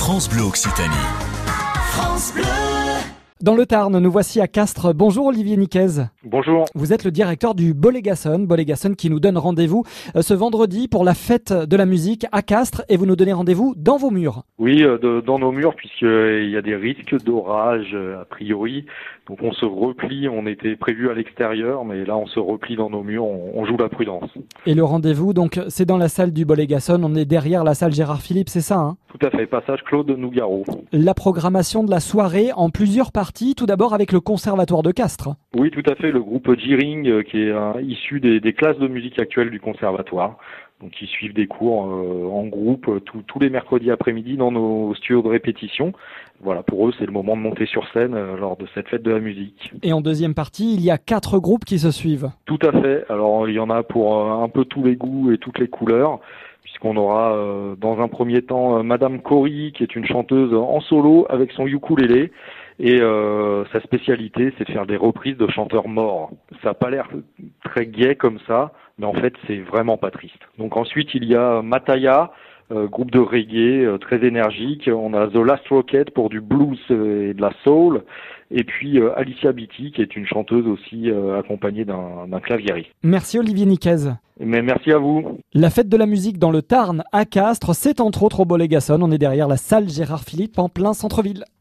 France Bleu Occitanie. France Bleu. Dans le Tarn, nous voici à Castres. Bonjour Olivier Niquez. Bonjour. Vous êtes le directeur du Bolégason qui nous donne rendez-vous ce vendredi pour la fête de la musique à Castres et vous nous donnez rendez-vous dans vos murs. Oui, dans nos murs puisqu'il y a des risques d'orage a priori. Donc on se replie, on était prévu à l'extérieur mais là on se replie dans nos murs, on joue la prudence. Et le rendez-vous, donc c'est dans la salle du Bolégason, on est derrière la salle Gérard Philippe, c'est ça hein? Tout à fait, passage Claude Nougaro. La programmation de la soirée en plusieurs parties, tout d'abord avec le Conservatoire de Castres. Oui, tout à fait, le groupe G-Ring qui est issu des classes de musique actuelles du conservatoire. Donc ils suivent des cours en groupe tous les mercredis après-midi dans nos studios de répétition. Voilà, pour eux c'est le moment de monter sur scène lors de cette fête de la musique. Et en deuxième partie, il y a 4 groupes qui se suivent. Tout à fait, alors il y en a pour un peu tous les goûts et toutes les couleurs. Puisqu'on aura dans un premier temps Madame Cory, qui est une chanteuse en solo avec son ukulélé. Et sa spécialité, c'est de faire des reprises de chanteurs morts. Ça n'a pas l'air très gai comme ça, mais en fait, c'est vraiment pas triste. Donc ensuite, il y a Mataya, groupe de reggae très énergique. On a The Last Rocket pour du blues et de la soul. Et puis Alicia Beatty, qui est une chanteuse aussi accompagnée d'un claviériste. Merci Olivier Niquez. Mais merci à vous. La fête de la musique dans le Tarn à Castres, c'est entre autres au Bolégason. On est derrière la salle Gérard Philippe en plein centre-ville.